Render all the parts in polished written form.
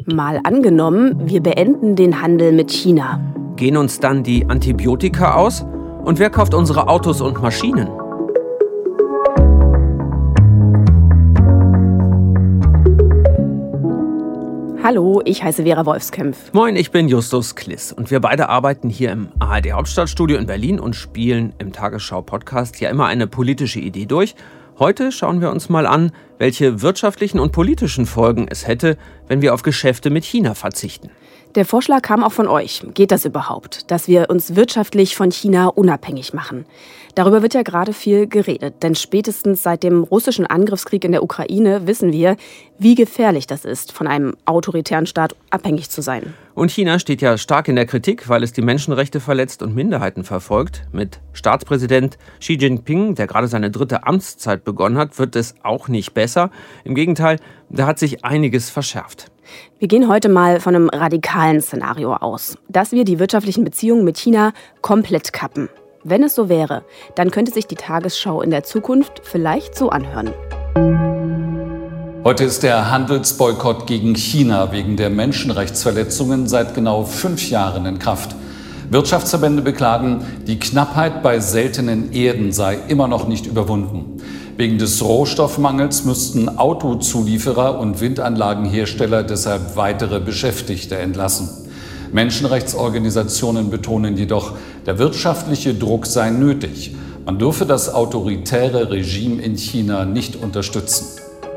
Mal angenommen, wir beenden den Handel mit China. Gehen uns dann die Antibiotika aus? Und wer kauft unsere Autos und Maschinen? Hallo, ich heiße Vera Wolfskämpf. Moin, ich bin Justus Kliss und wir beide arbeiten hier im ARD Hauptstadtstudio in Berlin und spielen im Tagesschau-Podcast ja immer eine politische Idee durch. Heute schauen wir uns mal an, welche wirtschaftlichen und politischen Folgen es hätte, wenn wir auf Geschäfte mit China verzichten. Der Vorschlag kam auch von euch. Geht das überhaupt, dass wir uns wirtschaftlich von China unabhängig machen? Darüber wird ja gerade viel geredet, denn spätestens seit dem russischen Angriffskrieg in der Ukraine wissen wir, wie gefährlich das ist, von einem autoritären Staat abhängig zu sein. Und China steht ja stark in der Kritik, weil es die Menschenrechte verletzt und Minderheiten verfolgt. Mit Staatspräsident Xi Jinping, der gerade seine 3. Amtszeit begonnen hat, wird es auch nicht besser. Im Gegenteil, da hat sich einiges verschärft. Wir gehen heute mal von einem radikalen Szenario aus, dass wir die wirtschaftlichen Beziehungen mit China komplett kappen. Wenn es so wäre, dann könnte sich die Tagesschau in der Zukunft vielleicht so anhören. Heute ist der Handelsboykott gegen China wegen der Menschenrechtsverletzungen seit genau 5 Jahren in Kraft. Wirtschaftsverbände beklagen, die Knappheit bei seltenen Erden sei immer noch nicht überwunden. Wegen des Rohstoffmangels müssten Autozulieferer und Windanlagenhersteller deshalb weitere Beschäftigte entlassen. Menschenrechtsorganisationen betonen jedoch, der wirtschaftliche Druck sei nötig. Man dürfe das autoritäre Regime in China nicht unterstützen.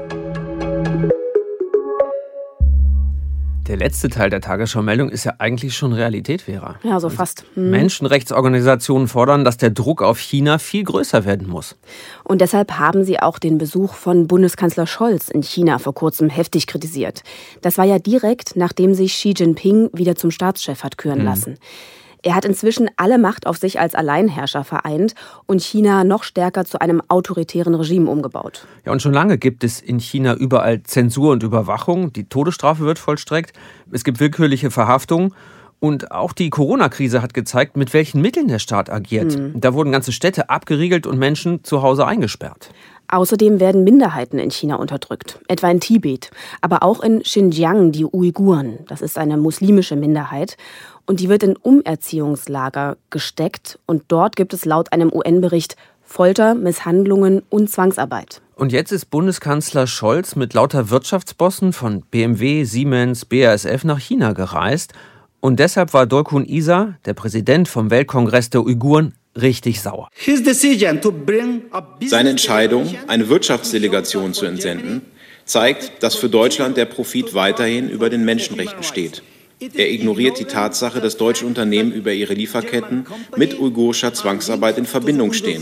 Der letzte Teil der Tagesschau-Meldung ist ja eigentlich schon Realität, Vera. Ja, so fast. Menschenrechtsorganisationen fordern, dass der Druck auf China viel größer werden muss. Und deshalb haben sie auch den Besuch von Bundeskanzler Scholz in China vor kurzem heftig kritisiert. Das war ja direkt, nachdem sich Xi Jinping wieder zum Staatschef hat küren lassen. Er hat inzwischen alle Macht auf sich als Alleinherrscher vereint und China noch stärker zu einem autoritären Regime umgebaut. Ja, und schon lange gibt es in China überall Zensur und Überwachung. Die Todesstrafe wird vollstreckt. Es gibt willkürliche Verhaftungen. Und auch die Corona-Krise hat gezeigt, mit welchen Mitteln der Staat agiert. Da wurden ganze Städte abgeriegelt und Menschen zu Hause eingesperrt. Außerdem werden Minderheiten in China unterdrückt, etwa in Tibet, aber auch in Xinjiang, die Uiguren. Das ist eine muslimische Minderheit. Und die wird in Umerziehungslager gesteckt. Und dort gibt es laut einem UN-Bericht Folter, Misshandlungen und Zwangsarbeit. Und jetzt ist Bundeskanzler Scholz mit lauter Wirtschaftsbossen von BMW, Siemens, BASF nach China gereist. Und deshalb war Dolkun Isa, der Präsident vom Weltkongress der Uiguren, richtig sauer. Seine Entscheidung, eine Wirtschaftsdelegation zu entsenden, zeigt, dass für Deutschland der Profit weiterhin über den Menschenrechten steht. Er ignoriert die Tatsache, dass deutsche Unternehmen über ihre Lieferketten mit uigurischer Zwangsarbeit in Verbindung stehen.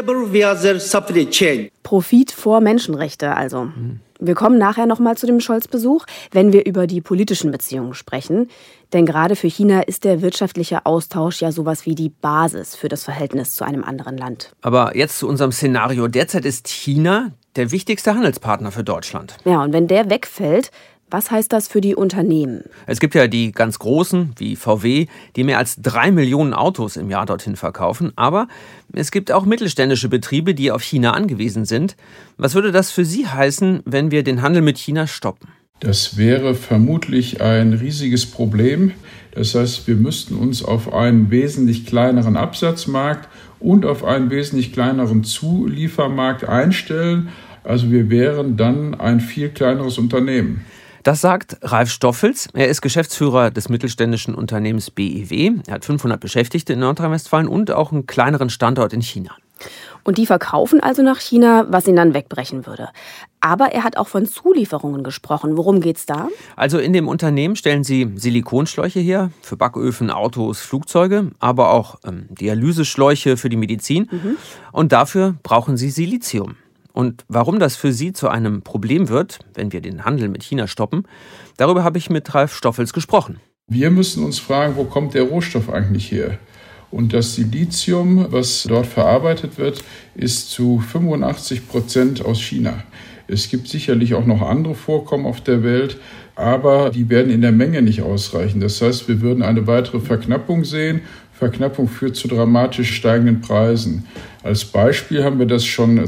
Profit vor Menschenrechte also. Wir kommen nachher nochmal zu dem Scholz-Besuch, wenn wir über die politischen Beziehungen sprechen. Denn gerade für China ist der wirtschaftliche Austausch ja sowas wie die Basis für das Verhältnis zu einem anderen Land. Aber jetzt zu unserem Szenario. Derzeit ist China der wichtigste Handelspartner für Deutschland. Ja, und wenn der wegfällt, was heißt das für die Unternehmen? Es gibt ja die ganz Großen, wie VW, die mehr als 3 Millionen Autos im Jahr dorthin verkaufen. Aber es gibt auch mittelständische Betriebe, die auf China angewiesen sind. Was würde das für Sie heißen, wenn wir den Handel mit China stoppen? Das wäre vermutlich ein riesiges Problem. Das heißt, wir müssten uns auf einen wesentlich kleineren Absatzmarkt und auf einen wesentlich kleineren Zuliefermarkt einstellen. Also wir wären dann ein viel kleineres Unternehmen. Das sagt Ralf Stoffels. Er ist Geschäftsführer des mittelständischen Unternehmens BEW. Er hat 500 Beschäftigte in Nordrhein-Westfalen und auch einen kleineren Standort in China. Und die verkaufen also nach China, was ihn dann wegbrechen würde. Aber er hat auch von Zulieferungen gesprochen. Worum geht's da? Also in dem Unternehmen stellen sie Silikonschläuche her für Backöfen, Autos, Flugzeuge, aber auch Dialyseschläuche für die Medizin. Und dafür brauchen sie Silizium. Und warum das für Sie zu einem Problem wird, wenn wir den Handel mit China stoppen, darüber habe ich mit Ralf Stoffels gesprochen. Wir müssen uns fragen, wo kommt der Rohstoff eigentlich her? Und das Silizium, was dort verarbeitet wird, ist zu 85% aus China. Es gibt sicherlich auch noch andere Vorkommen auf der Welt, aber die werden in der Menge nicht ausreichen. Das heißt, wir würden eine weitere Verknappung sehen. Verknappung führt zu dramatisch steigenden Preisen. Als Beispiel haben wir das schon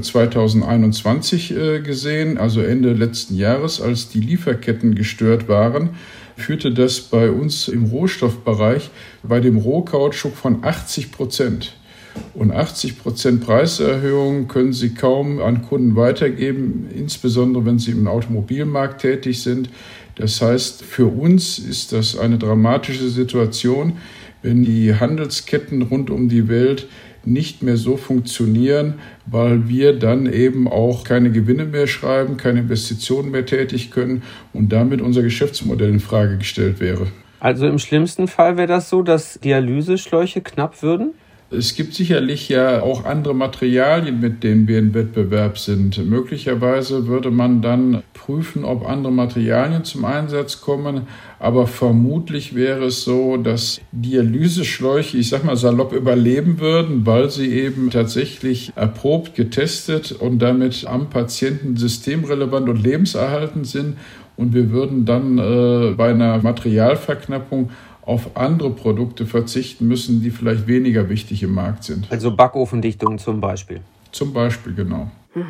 2021 gesehen, also Ende letzten Jahres, als die Lieferketten gestört waren, führte das bei uns im Rohstoffbereich bei dem Rohkautschuk von 80%. Und 80% Preiserhöhung können Sie kaum an Kunden weitergeben, insbesondere wenn Sie im Automobilmarkt tätig sind. Das heißt, für uns ist das eine dramatische Situation, wenn die Handelsketten rund um die Welt nicht mehr so funktionieren, weil wir dann eben auch keine Gewinne mehr schreiben, keine Investitionen mehr tätig können und damit unser Geschäftsmodell in Frage gestellt wäre. Also im schlimmsten Fall wäre das so, dass Dialyseschläuche knapp würden? Es gibt sicherlich ja auch andere Materialien, mit denen wir in Wettbewerb sind. Möglicherweise würde man dann prüfen, ob andere Materialien zum Einsatz kommen. Aber vermutlich wäre es so, dass Dialyseschläuche, ich sag mal salopp, überleben würden, weil sie eben tatsächlich erprobt, getestet und damit am Patienten systemrelevant und lebenserhaltend sind. Und wir würden dann bei einer Materialverknappung auf andere Produkte verzichten müssen, die vielleicht weniger wichtig im Markt sind. Also Backofendichtung zum Beispiel. Zum Beispiel, genau.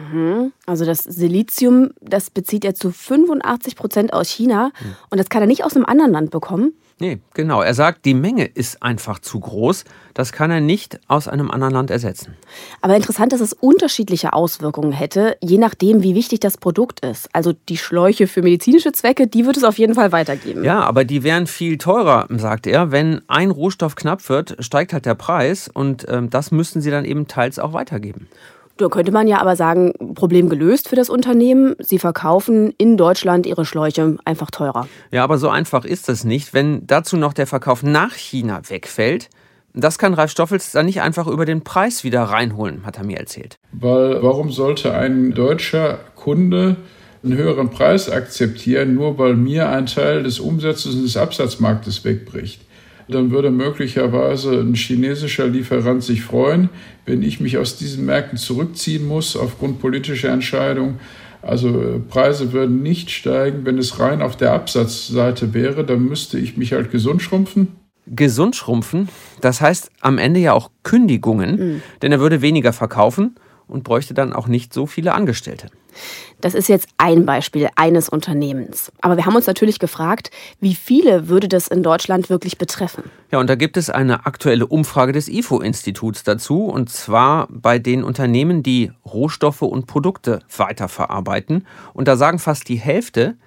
Also das Silizium, das bezieht er zu 85% aus China und das kann er nicht aus einem anderen Land bekommen? Nee, genau. Er sagt, die Menge ist einfach zu groß. Das kann er nicht aus einem anderen Land ersetzen. Aber interessant, dass es unterschiedliche Auswirkungen hätte, je nachdem, wie wichtig das Produkt ist. Also die Schläuche für medizinische Zwecke, die wird es auf jeden Fall weitergeben. Ja, aber die wären viel teurer, sagt er. Wenn ein Rohstoff knapp wird, steigt halt der Preis und das müssten sie dann eben teils auch weitergeben. Da könnte man ja aber sagen, Problem gelöst für das Unternehmen. Sie verkaufen in Deutschland ihre Schläuche einfach teurer. Ja, aber so einfach ist es nicht. Wenn dazu noch der Verkauf nach China wegfällt, das kann Ralf Stoffels dann nicht einfach über den Preis wieder reinholen, hat er mir erzählt. Weil warum sollte ein deutscher Kunde einen höheren Preis akzeptieren, nur weil mir ein Teil des Umsatzes und des Absatzmarktes wegbricht? Dann würde möglicherweise ein chinesischer Lieferant sich freuen, wenn ich mich aus diesen Märkten zurückziehen muss aufgrund politischer Entscheidungen. Also Preise würden nicht steigen, wenn es rein auf der Absatzseite wäre. Dann müsste ich mich halt gesund schrumpfen. Gesund schrumpfen, das heißt am Ende ja auch Kündigungen, denn er würde weniger verkaufen und bräuchte dann auch nicht so viele Angestellte. Das ist jetzt ein Beispiel eines Unternehmens. Aber wir haben uns natürlich gefragt, wie viele würde das in Deutschland wirklich betreffen? Ja, und da gibt es eine aktuelle Umfrage des IFO-Instituts dazu, und zwar bei den Unternehmen, die Rohstoffe und Produkte weiterverarbeiten. Und da sagen fast die Hälfte,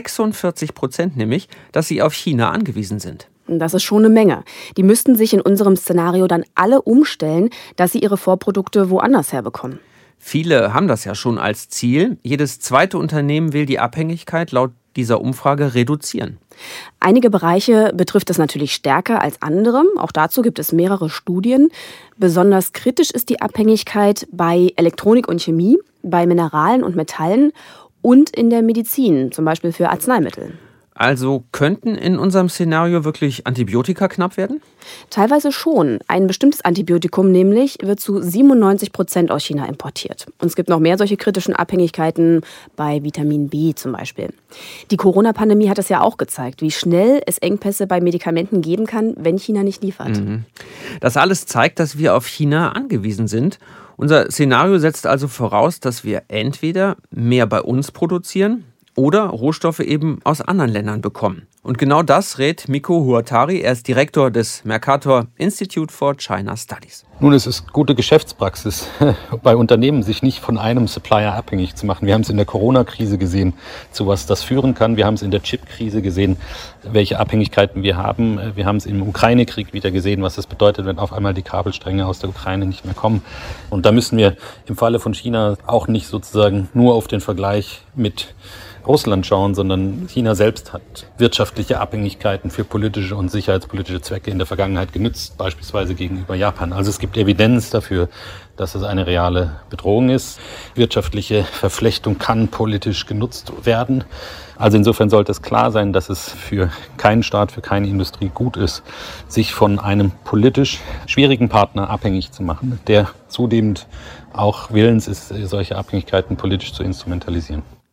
46% nämlich, dass sie auf China angewiesen sind. Das ist schon eine Menge. Die müssten sich in unserem Szenario dann alle umstellen, dass sie ihre Vorprodukte woanders herbekommen. Viele haben das ja schon als Ziel. Jedes zweite Unternehmen will die Abhängigkeit laut dieser Umfrage reduzieren. Einige Bereiche betrifft es natürlich stärker als andere. Auch dazu gibt es mehrere Studien. Besonders kritisch ist die Abhängigkeit bei Elektronik und Chemie, bei Mineralen und Metallen und in der Medizin, zum Beispiel für Arzneimittel. Also könnten in unserem Szenario wirklich Antibiotika knapp werden? Teilweise schon. Ein bestimmtes Antibiotikum nämlich wird zu 97% aus China importiert. Und es gibt noch mehr solche kritischen Abhängigkeiten bei Vitamin B zum Beispiel. Die Corona-Pandemie hat es ja auch gezeigt, wie schnell es Engpässe bei Medikamenten geben kann, wenn China nicht liefert. Das alles zeigt, dass wir auf China angewiesen sind. Unser Szenario setzt also voraus, dass wir entweder mehr bei uns produzieren oder Rohstoffe eben aus anderen Ländern bekommen. Und genau das rät Mikko Huatari. Er ist Direktor des Mercator Institute for China Studies. Nun, es ist gute Geschäftspraxis bei Unternehmen, sich nicht von einem Supplier abhängig zu machen. Wir haben es in der Corona-Krise gesehen, zu was das führen kann. Wir haben es in der Chip-Krise gesehen, welche Abhängigkeiten wir haben. Wir haben es im Ukraine-Krieg wieder gesehen, was das bedeutet, wenn auf einmal die Kabelstränge aus der Ukraine nicht mehr kommen. Und da müssen wir im Falle von China auch nicht sozusagen nur auf den Vergleich mit Russland schauen, sondern China selbst hat wirtschaftliche Abhängigkeiten für politische und sicherheitspolitische Zwecke in der Vergangenheit genützt, beispielsweise gegenüber Japan. Also es gibt Evidenz dafür, dass es eine reale Bedrohung ist. Wirtschaftliche Verflechtung kann politisch genutzt werden. Also insofern sollte es klar sein, dass es für keinen Staat, für keine Industrie gut ist, sich von einem politisch schwierigen Partner abhängig zu machen, der zudem auch willens ist, solche Abhängigkeiten politisch zu instrumentalisieren.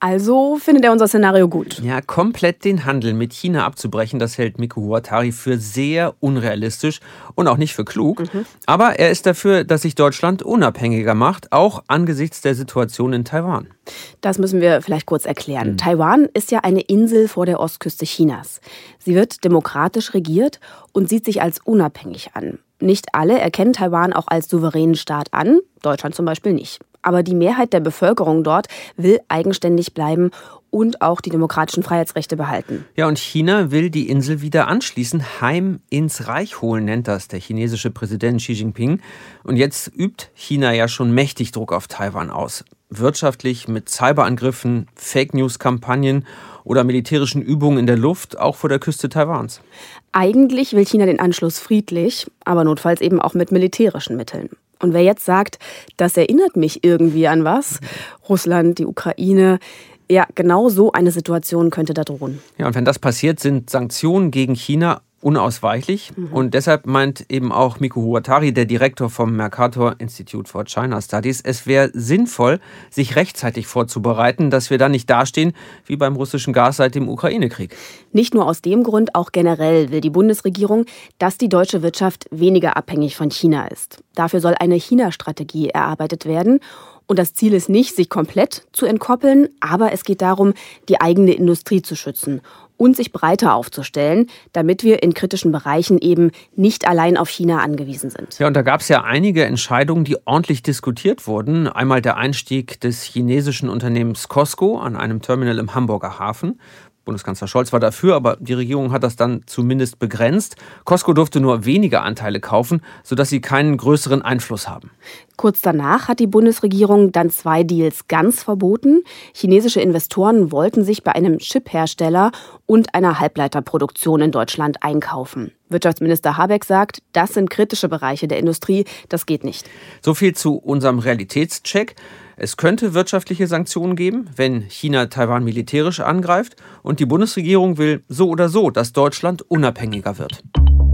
Also findet er unser Szenario gut. Ja, komplett den Handel mit China abzubrechen, das hält Mikko Huatari für sehr unrealistisch und auch nicht für klug. Aber er ist dafür, dass sich Deutschland unabhängiger macht, auch angesichts der Situation in Taiwan. Das müssen wir vielleicht kurz erklären. Taiwan ist ja eine Insel vor der Ostküste Chinas. Sie wird demokratisch regiert und sieht sich als unabhängig an. Nicht alle erkennen Taiwan auch als souveränen Staat an, Deutschland zum Beispiel nicht. Aber die Mehrheit der Bevölkerung dort will eigenständig bleiben und auch die demokratischen Freiheitsrechte behalten. Ja, und China will die Insel wieder anschließen, heim ins Reich holen, nennt das der chinesische Präsident Xi Jinping. Und jetzt übt China ja schon mächtig Druck auf Taiwan aus. Wirtschaftlich mit Cyberangriffen, Fake-News-Kampagnen oder militärischen Übungen in der Luft, auch vor der Küste Taiwans. Eigentlich will China den Anschluss friedlich, aber notfalls eben auch mit militärischen Mitteln. Und wer jetzt sagt, das erinnert mich irgendwie an was, Russland, die Ukraine, ja, genau so eine Situation könnte da drohen. Ja, und wenn das passiert, sind Sanktionen gegen China unausweichlich. Und deshalb meint eben auch Mikko Huatari, der Direktor vom Mercator Institute for China Studies, es wäre sinnvoll, sich rechtzeitig vorzubereiten, dass wir dann nicht dastehen wie beim russischen Gas seit dem Ukraine-Krieg. Nicht nur aus dem Grund, auch generell will die Bundesregierung, dass die deutsche Wirtschaft weniger abhängig von China ist. Dafür soll eine China-Strategie erarbeitet werden. Und das Ziel ist nicht, sich komplett zu entkoppeln, aber es geht darum, die eigene Industrie zu schützen und sich breiter aufzustellen, damit wir in kritischen Bereichen eben nicht allein auf China angewiesen sind. Ja, und da gab es ja einige Entscheidungen, die ordentlich diskutiert wurden. Einmal der Einstieg des chinesischen Unternehmens COSCO an einem Terminal im Hamburger Hafen. Bundeskanzler Scholz war dafür, aber die Regierung hat das dann zumindest begrenzt. COSCO durfte nur wenige Anteile kaufen, sodass sie keinen größeren Einfluss haben. Kurz danach hat die Bundesregierung dann 2 Deals ganz verboten. Chinesische Investoren wollten sich bei einem Chiphersteller und einer Halbleiterproduktion in Deutschland einkaufen. Wirtschaftsminister Habeck sagt, das sind kritische Bereiche der Industrie, das geht nicht. So viel zu unserem Realitätscheck. Es könnte wirtschaftliche Sanktionen geben, wenn China Taiwan militärisch angreift. Und die Bundesregierung will so oder so, dass Deutschland unabhängiger wird.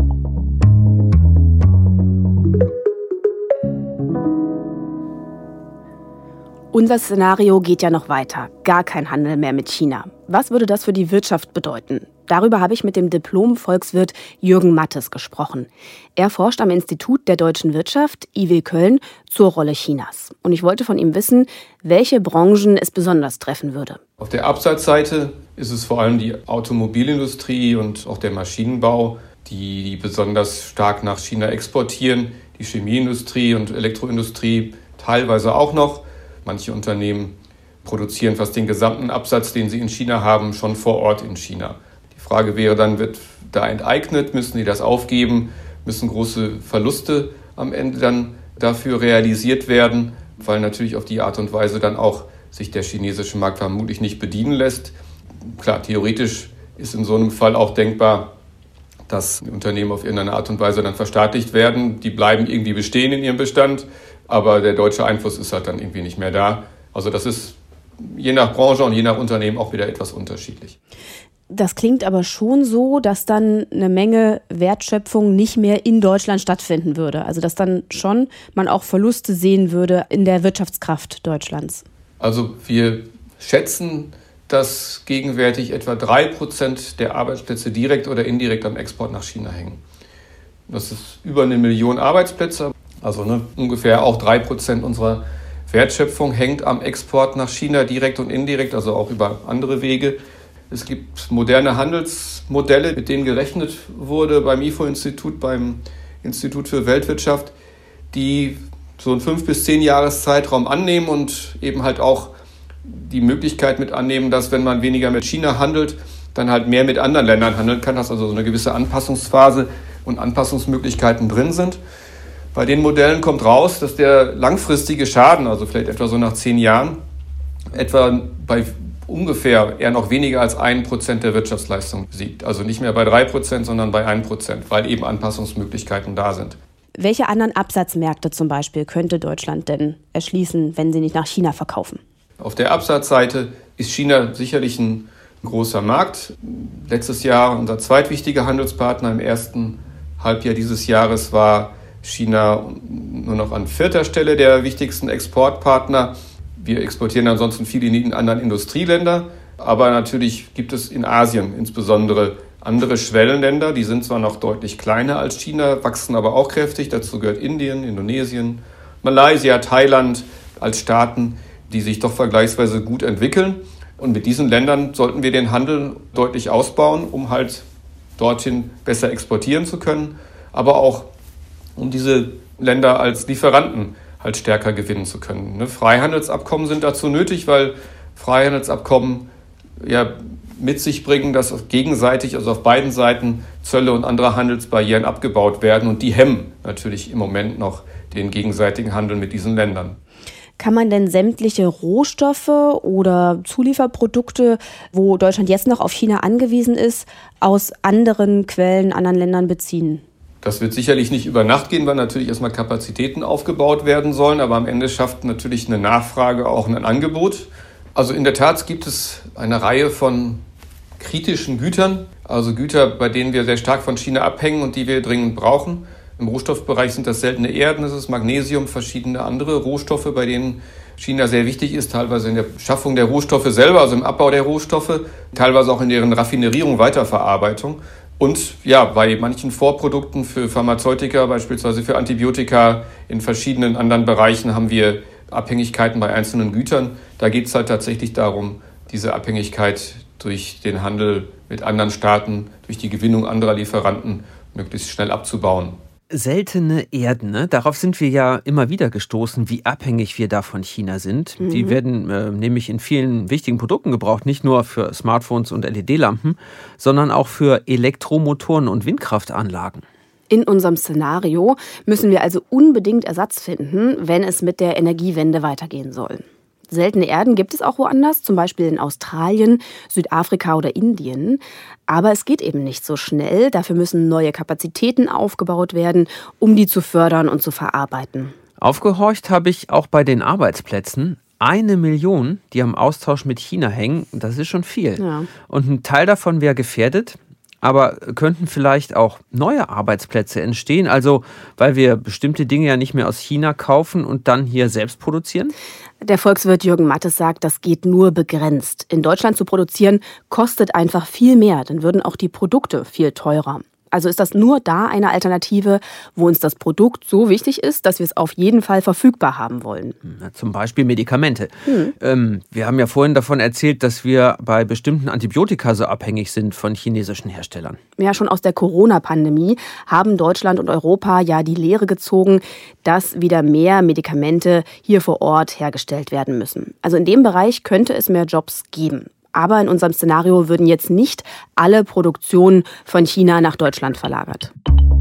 Unser Szenario geht ja noch weiter. Gar kein Handel mehr mit China. Was würde das für die Wirtschaft bedeuten? Darüber habe ich mit dem Diplom-Volkswirt Jürgen Mattes gesprochen. Er forscht am Institut der deutschen Wirtschaft, IW Köln, zur Rolle Chinas. Und ich wollte von ihm wissen, welche Branchen es besonders treffen würde. Auf der Absatzseite ist es vor allem die Automobilindustrie und auch der Maschinenbau, die besonders stark nach China exportieren. Die Chemieindustrie und Elektroindustrie teilweise auch noch. Manche Unternehmen produzieren fast den gesamten Absatz, den sie in China haben, schon vor Ort in China. Die Frage wäre dann, wird da enteignet? Müssen die das aufgeben? Müssen große Verluste am Ende dann dafür realisiert werden? Weil natürlich auf die Art und Weise dann auch sich der chinesische Markt vermutlich nicht bedienen lässt. Klar, theoretisch ist in so einem Fall auch denkbar, dass Unternehmen auf irgendeine Art und Weise dann verstaatlicht werden. Die bleiben irgendwie bestehen in ihrem Bestand, aber der deutsche Einfluss ist halt dann irgendwie nicht mehr da. Also das ist je nach Branche und je nach Unternehmen auch wieder etwas unterschiedlich. Das klingt aber schon so, dass dann eine Menge Wertschöpfung nicht mehr in Deutschland stattfinden würde. Also dass dann schon man auch Verluste sehen würde in der Wirtschaftskraft Deutschlands. Also wir schätzen, dass gegenwärtig etwa 3% der Arbeitsplätze direkt oder indirekt am Export nach China hängen. Das ist über 1 Million Arbeitsplätze. Also ungefähr auch 3% unserer Wertschöpfung hängt am Export nach China direkt und indirekt, also auch über andere Wege. Es gibt moderne Handelsmodelle, mit denen gerechnet wurde beim IFO-Institut, beim Institut für Weltwirtschaft, die so einen 5 bis 10 Jahreszeitraum annehmen und eben halt auch die Möglichkeit mit annehmen, dass wenn man weniger mit China handelt, dann halt mehr mit anderen Ländern handeln kann, dass also so eine gewisse Anpassungsphase und Anpassungsmöglichkeiten drin sind. Bei den Modellen kommt raus, dass der langfristige Schaden, also vielleicht etwa so nach 10 Jahren, etwa bei ungefähr eher noch weniger als 1% der Wirtschaftsleistung liegt. Also nicht mehr bei 3%, sondern bei 1%, weil eben Anpassungsmöglichkeiten da sind. Welche anderen Absatzmärkte zum Beispiel könnte Deutschland denn erschließen, wenn sie nicht nach China verkaufen? Auf der Absatzseite ist China sicherlich ein großer Markt. Letztes Jahr unser zweitwichtiger Handelspartner. Im ersten Halbjahr dieses Jahres war China nur noch an 4. Stelle der wichtigsten Exportpartner. Wir exportieren ansonsten viel in die anderen Industrieländer. Aber natürlich gibt es in Asien insbesondere andere Schwellenländer. Die sind zwar noch deutlich kleiner als China, wachsen aber auch kräftig. Dazu gehört Indien, Indonesien, Malaysia, Thailand als Staaten, die sich doch vergleichsweise gut entwickeln. Und mit diesen Ländern sollten wir den Handel deutlich ausbauen, um halt dorthin besser exportieren zu können, aber auch um diese Länder als Lieferanten halt stärker gewinnen zu können. Freihandelsabkommen sind dazu nötig, weil Freihandelsabkommen ja mit sich bringen, dass gegenseitig, also auf beiden Seiten, Zölle und andere Handelsbarrieren abgebaut werden. Und die hemmen natürlich im Moment noch den gegenseitigen Handel mit diesen Ländern. Kann man denn sämtliche Rohstoffe oder Zulieferprodukte, wo Deutschland jetzt noch auf China angewiesen ist, aus anderen Quellen, anderen Ländern beziehen? Das wird sicherlich nicht über Nacht gehen, weil natürlich erstmal Kapazitäten aufgebaut werden sollen. Aber am Ende schafft natürlich eine Nachfrage auch ein Angebot. Also in der Tat gibt es eine Reihe von kritischen Gütern, also Güter, bei denen wir sehr stark von China abhängen und die wir dringend brauchen. Im Rohstoffbereich sind das seltene Erden, das ist Magnesium, verschiedene andere Rohstoffe, bei denen China sehr wichtig ist, teilweise in der Schaffung der Rohstoffe selber, also im Abbau der Rohstoffe, teilweise auch in deren Raffinerierung, Weiterverarbeitung. Und ja, bei manchen Vorprodukten für Pharmazeutika, beispielsweise für Antibiotika, in verschiedenen anderen Bereichen haben wir Abhängigkeiten bei einzelnen Gütern. Da geht es halt tatsächlich darum, diese Abhängigkeit durch den Handel mit anderen Staaten, durch die Gewinnung anderer Lieferanten möglichst schnell abzubauen. Seltene Erden, ne? Darauf sind wir ja immer wieder gestoßen, wie abhängig wir da von China sind. Die werden nämlich in vielen wichtigen Produkten gebraucht, nicht nur für Smartphones und LED-Lampen, sondern auch für Elektromotoren und Windkraftanlagen. In unserem Szenario müssen wir also unbedingt Ersatz finden, wenn es mit der Energiewende weitergehen soll. Seltene Erden gibt es auch woanders, zum Beispiel in Australien, Südafrika oder Indien. Aber es geht eben nicht so schnell. Dafür müssen neue Kapazitäten aufgebaut werden, um die zu fördern und zu verarbeiten. Aufgehorcht habe ich auch bei den Arbeitsplätzen. 1 Million, die am Austausch mit China hängen, das ist schon viel. Ja. Und ein Teil davon wäre gefährdet. Aber könnten vielleicht auch neue Arbeitsplätze entstehen? Also, weil wir bestimmte Dinge ja nicht mehr aus China kaufen und dann hier selbst produzieren? Der Volkswirt Jürgen Mattes sagt, das geht nur begrenzt. In Deutschland zu produzieren, kostet einfach viel mehr. Dann würden auch die Produkte viel teurer. Also ist das nur da eine Alternative, wo uns das Produkt so wichtig ist, dass wir es auf jeden Fall verfügbar haben wollen. Zum Beispiel Medikamente. Wir haben ja vorhin davon erzählt, dass wir bei bestimmten Antibiotika so abhängig sind von chinesischen Herstellern. Ja, schon aus der Corona-Pandemie haben Deutschland und Europa ja die Lehre gezogen, dass wieder mehr Medikamente hier vor Ort hergestellt werden müssen. Also in dem Bereich könnte es mehr Jobs geben. Aber in unserem Szenario würden jetzt nicht alle Produktionen von China nach Deutschland verlagert.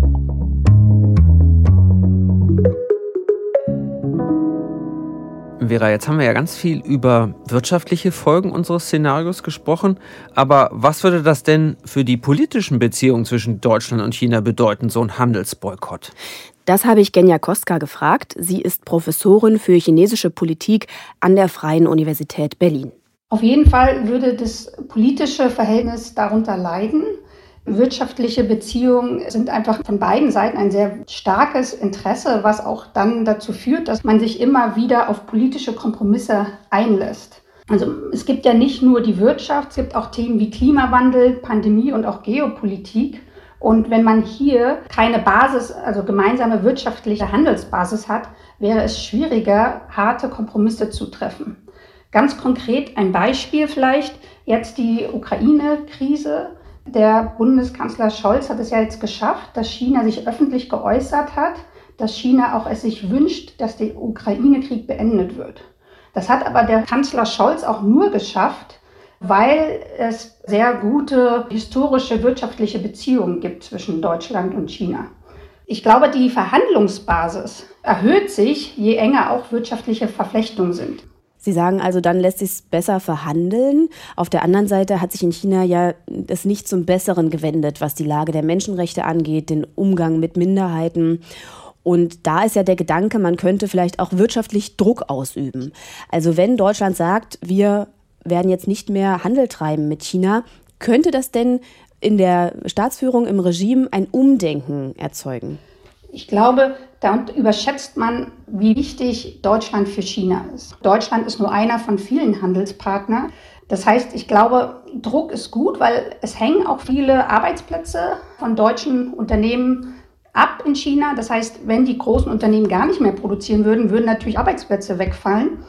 Vera, jetzt haben wir ja ganz viel über wirtschaftliche Folgen unseres Szenarios gesprochen. Aber was würde das denn für die politischen Beziehungen zwischen Deutschland und China bedeuten, so ein Handelsboykott? Das habe ich Genya Kostka gefragt. Sie ist Professorin für chinesische Politik an der Freien Universität Berlin. Auf jeden Fall würde das politische Verhältnis darunter leiden. Wirtschaftliche Beziehungen sind einfach von beiden Seiten ein sehr starkes Interesse, was auch dann dazu führt, dass man sich immer wieder auf politische Kompromisse einlässt. Also es gibt ja nicht nur die Wirtschaft, es gibt auch Themen wie Klimawandel, Pandemie und auch Geopolitik. Und wenn man hier keine Basis, also gemeinsame wirtschaftliche Handelsbasis hat, wäre es schwieriger, harte Kompromisse zu treffen. Ganz konkret ein Beispiel vielleicht, jetzt die Ukraine-Krise. Der Bundeskanzler Scholz hat es ja jetzt geschafft, dass China sich öffentlich geäußert hat, dass China auch es sich wünscht, dass der Ukraine-Krieg beendet wird. Das hat aber der Kanzler Scholz auch nur geschafft, weil es sehr gute historische wirtschaftliche Beziehungen gibt zwischen Deutschland und China. Ich glaube, die Verhandlungsbasis erhöht sich, je enger auch wirtschaftliche Verflechtungen sind. Sie sagen also, dann lässt sich es besser verhandeln. Auf der anderen Seite hat sich in China ja das nicht zum Besseren gewendet, was die Lage der Menschenrechte angeht, den Umgang mit Minderheiten. Und da ist ja der Gedanke, man könnte vielleicht auch wirtschaftlich Druck ausüben. Also wenn Deutschland sagt, wir werden jetzt nicht mehr Handel treiben mit China, könnte das denn in der Staatsführung, im Regime ein Umdenken erzeugen? Ich glaube, da überschätzt man, wie wichtig Deutschland für China ist. Deutschland ist nur einer von vielen Handelspartnern. Das heißt, ich glaube, Druck ist gut, weil es hängen auch viele Arbeitsplätze von deutschen Unternehmen ab in China. Das heißt, wenn die großen Unternehmen gar nicht mehr produzieren würden, würden natürlich Arbeitsplätze wegfallen.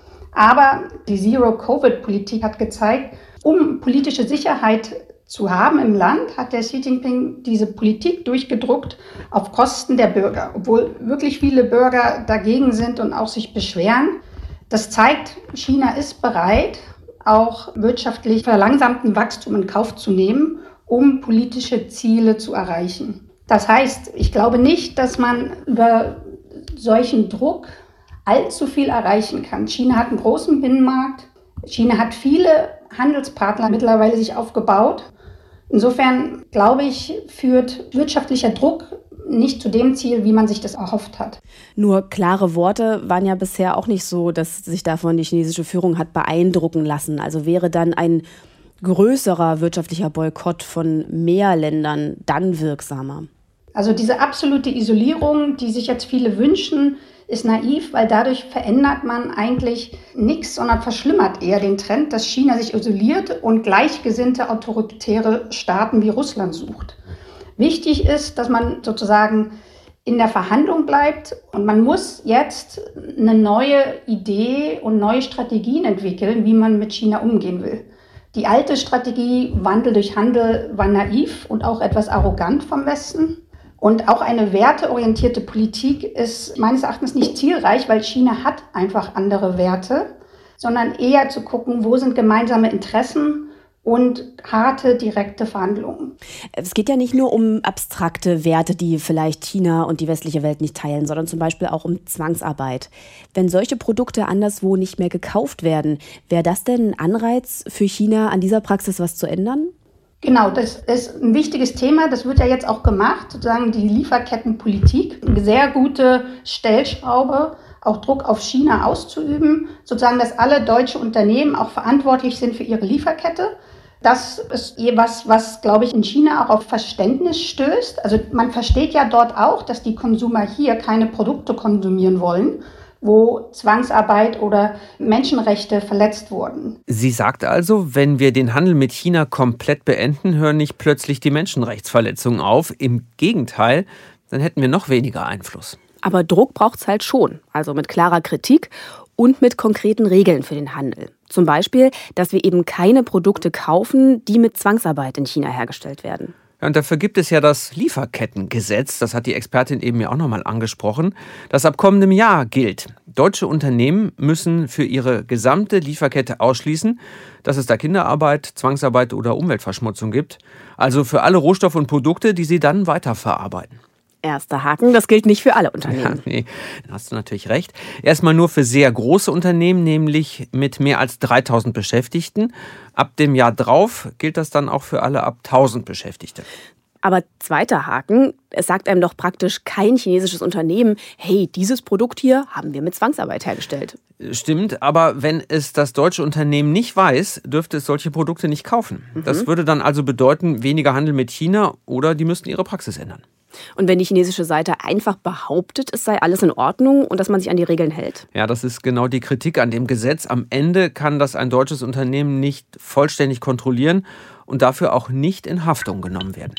Aber die Zero-Covid-Politik hat gezeigt, um politische Sicherheit zu haben im Land, hat der Xi Jinping diese Politik durchgedruckt auf Kosten der Bürger, obwohl wirklich viele Bürger dagegen sind und auch sich beschweren. Das zeigt, China ist bereit, auch wirtschaftlich verlangsamten Wachstum in Kauf zu nehmen, um politische Ziele zu erreichen. Das heißt, ich glaube nicht, dass man über solchen Druck allzu viel erreichen kann. China hat einen großen Binnenmarkt. China hat viele Handelspartner mittlerweile sich aufgebaut. Insofern, glaube ich, führt wirtschaftlicher Druck nicht zu dem Ziel, wie man sich das erhofft hat. Nur klare Worte waren ja bisher auch nicht so, dass sich davon die chinesische Führung hat beeindrucken lassen. Also wäre dann ein größerer wirtschaftlicher Boykott von mehr Ländern dann wirksamer? Also diese absolute Isolierung, die sich jetzt viele wünschen, ist naiv, weil dadurch verändert man eigentlich nichts, sondern verschlimmert eher den Trend, dass China sich isoliert und gleichgesinnte autoritäre Staaten wie Russland sucht. Wichtig ist, dass man sozusagen in der Verhandlung bleibt und man muss jetzt eine neue Idee und neue Strategien entwickeln, wie man mit China umgehen will. Die alte Strategie, Wandel durch Handel, war naiv und auch etwas arrogant vom Westen. Und auch eine werteorientierte Politik ist meines Erachtens nicht zielreich, weil China hat einfach andere Werte, sondern eher zu gucken, wo sind gemeinsame Interessen und harte, direkte Verhandlungen. Es geht ja nicht nur um abstrakte Werte, die vielleicht China und die westliche Welt nicht teilen, sondern zum Beispiel auch um Zwangsarbeit. Wenn solche Produkte anderswo nicht mehr gekauft werden, wäre das denn ein Anreiz für China, an dieser Praxis was zu ändern? Genau, das ist ein wichtiges Thema. Das wird ja jetzt auch gemacht, sozusagen die Lieferkettenpolitik. Eine sehr gute Stellschraube, auch Druck auf China auszuüben, sozusagen, dass alle deutsche Unternehmen auch verantwortlich sind für ihre Lieferkette. Das ist was, glaube ich, in China auch auf Verständnis stößt. Also man versteht ja dort auch, dass die Konsumer hier keine Produkte konsumieren wollen, wo Zwangsarbeit oder Menschenrechte verletzt wurden. Sie sagt also, wenn wir den Handel mit China komplett beenden, hören nicht plötzlich die Menschenrechtsverletzungen auf. Im Gegenteil, dann hätten wir noch weniger Einfluss. Aber Druck braucht es halt schon, also mit klarer Kritik und mit konkreten Regeln für den Handel. Zum Beispiel, dass wir eben keine Produkte kaufen, die mit Zwangsarbeit in China hergestellt werden. Ja, und dafür gibt es ja das Lieferkettengesetz, das hat die Expertin eben ja auch nochmal angesprochen, das ab kommendem Jahr gilt. Deutsche Unternehmen müssen für ihre gesamte Lieferkette ausschließen, dass es da Kinderarbeit, Zwangsarbeit oder Umweltverschmutzung gibt. Also für alle Rohstoffe und Produkte, die sie dann weiterverarbeiten. Erster Haken, das gilt nicht für alle Unternehmen. Ja, nee, da hast du natürlich recht. Erstmal nur für sehr große Unternehmen, nämlich mit mehr als 3000 Beschäftigten. Ab dem Jahr drauf gilt das dann auch für alle ab 1000 Beschäftigte. Aber zweiter Haken, es sagt einem doch praktisch kein chinesisches Unternehmen, hey, dieses Produkt hier haben wir mit Zwangsarbeit hergestellt. Stimmt, aber wenn es das deutsche Unternehmen nicht weiß, dürfte es solche Produkte nicht kaufen. Das würde dann also bedeuten, weniger Handel mit China oder die müssten ihre Praxis ändern. Und wenn die chinesische Seite einfach behauptet, es sei alles in Ordnung und dass man sich an die Regeln hält? Ja, das ist genau die Kritik an dem Gesetz. Am Ende kann das ein deutsches Unternehmen nicht vollständig kontrollieren und dafür auch nicht in Haftung genommen werden.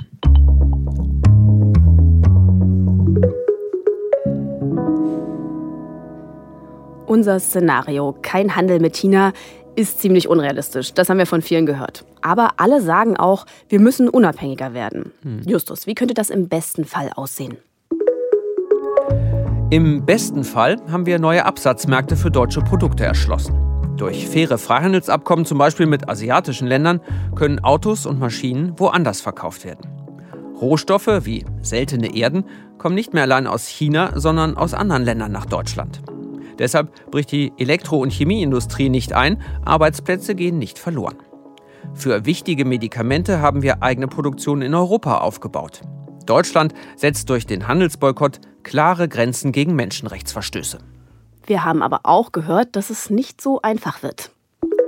Unser Szenario, kein Handel mit China, ist ziemlich unrealistisch. Das haben wir von vielen gehört. Aber alle sagen auch, wir müssen unabhängiger werden. Justus, wie könnte das im besten Fall aussehen? Im besten Fall haben wir neue Absatzmärkte für deutsche Produkte erschlossen. Durch faire Freihandelsabkommen, zum Beispiel mit asiatischen Ländern, können Autos und Maschinen woanders verkauft werden. Rohstoffe wie seltene Erden kommen nicht mehr allein aus China, sondern aus anderen Ländern nach Deutschland. Deshalb bricht die Elektro- und Chemieindustrie nicht ein, Arbeitsplätze gehen nicht verloren. Für wichtige Medikamente haben wir eigene Produktion in Europa aufgebaut. Deutschland setzt durch den Handelsboykott klare Grenzen gegen Menschenrechtsverstöße. Wir haben aber auch gehört, dass es nicht so einfach wird.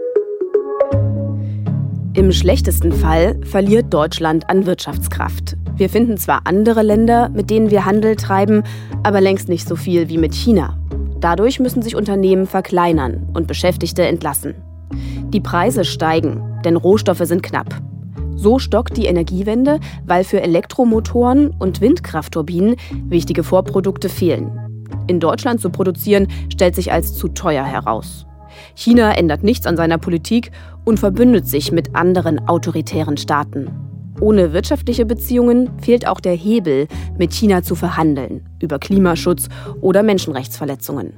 Im schlechtesten Fall verliert Deutschland an Wirtschaftskraft. Wir finden zwar andere Länder, mit denen wir Handel treiben, aber längst nicht so viel wie mit China. Dadurch müssen sich Unternehmen verkleinern und Beschäftigte entlassen. Die Preise steigen, denn Rohstoffe sind knapp. So stockt die Energiewende, weil für Elektromotoren und Windkraftturbinen wichtige Vorprodukte fehlen. In Deutschland zu produzieren, stellt sich als zu teuer heraus. China ändert nichts an seiner Politik und verbündet sich mit anderen autoritären Staaten. Ohne wirtschaftliche Beziehungen fehlt auch der Hebel, mit China zu verhandeln, über Klimaschutz oder Menschenrechtsverletzungen.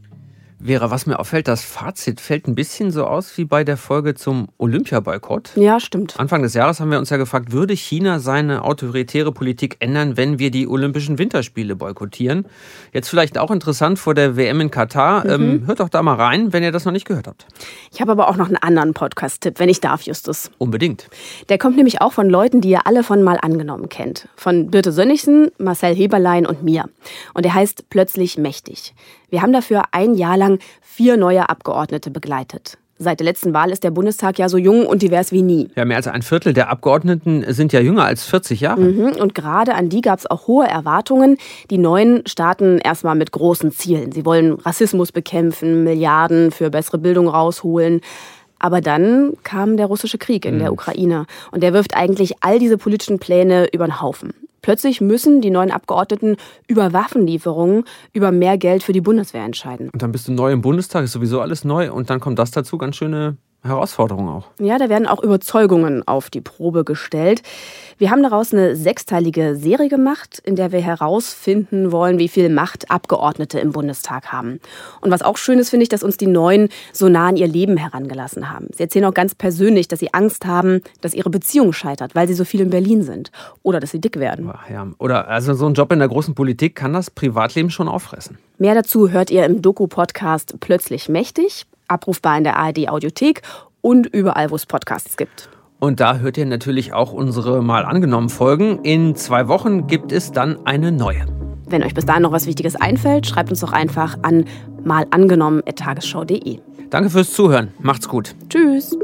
Vera, was mir auffällt, das Fazit fällt ein bisschen so aus wie bei der Folge zum Olympiaboykott. Ja, stimmt. Anfang des Jahres haben wir uns ja gefragt, würde China seine autoritäre Politik ändern, wenn wir die Olympischen Winterspiele boykottieren? Jetzt vielleicht auch interessant vor der WM in Katar. Hört doch da mal rein, wenn ihr das noch nicht gehört habt. Ich habe aber auch noch einen anderen Podcast-Tipp, wenn ich darf, Justus. Unbedingt. Der kommt nämlich auch von Leuten, die ihr alle von Mal angenommen kennt. Von Birte Sönnigsen, Marcel Heberlein und mir. Und der heißt Plötzlich mächtig. Wir haben dafür ein Jahr lang 4 neue Abgeordnete begleitet. Seit der letzten Wahl ist der Bundestag ja so jung und divers wie nie. Ja, mehr als ein Viertel der Abgeordneten sind ja jünger als 40 Jahre. Und gerade an die gab es auch hohe Erwartungen. Die Neuen starten erstmal mit großen Zielen. Sie wollen Rassismus bekämpfen, Milliarden für bessere Bildung rausholen. Aber dann kam der russische Krieg in der Ukraine. Und der wirft eigentlich all diese politischen Pläne über den Haufen. Plötzlich müssen die neuen Abgeordneten über Waffenlieferungen, über mehr Geld für die Bundeswehr entscheiden. Und dann bist du neu im Bundestag, ist sowieso alles neu. Und dann kommt das dazu, ganz schöne Herausforderung auch. Ja, da werden auch Überzeugungen auf die Probe gestellt. Wir haben daraus eine 6-teilige Serie gemacht, in der wir herausfinden wollen, wie viel Macht Abgeordnete im Bundestag haben. Und was auch schön ist, finde ich, dass uns die Neuen so nah an ihr Leben herangelassen haben. Sie erzählen auch ganz persönlich, dass sie Angst haben, dass ihre Beziehung scheitert, weil sie so viel in Berlin sind. Oder dass sie dick werden. Ja, oder also so ein Job in der großen Politik kann das Privatleben schon auffressen. Mehr dazu hört ihr im Doku-Podcast Plötzlich mächtig, abrufbar in der ARD-Audiothek und überall, wo es Podcasts gibt. Und da hört ihr natürlich auch unsere Mal angenommen Folgen. In 2 Wochen gibt es dann eine neue. Wenn euch bis dahin noch was Wichtiges einfällt, schreibt uns doch einfach an malangenommen@tagesschau.de. Danke fürs Zuhören. Macht's gut. Tschüss.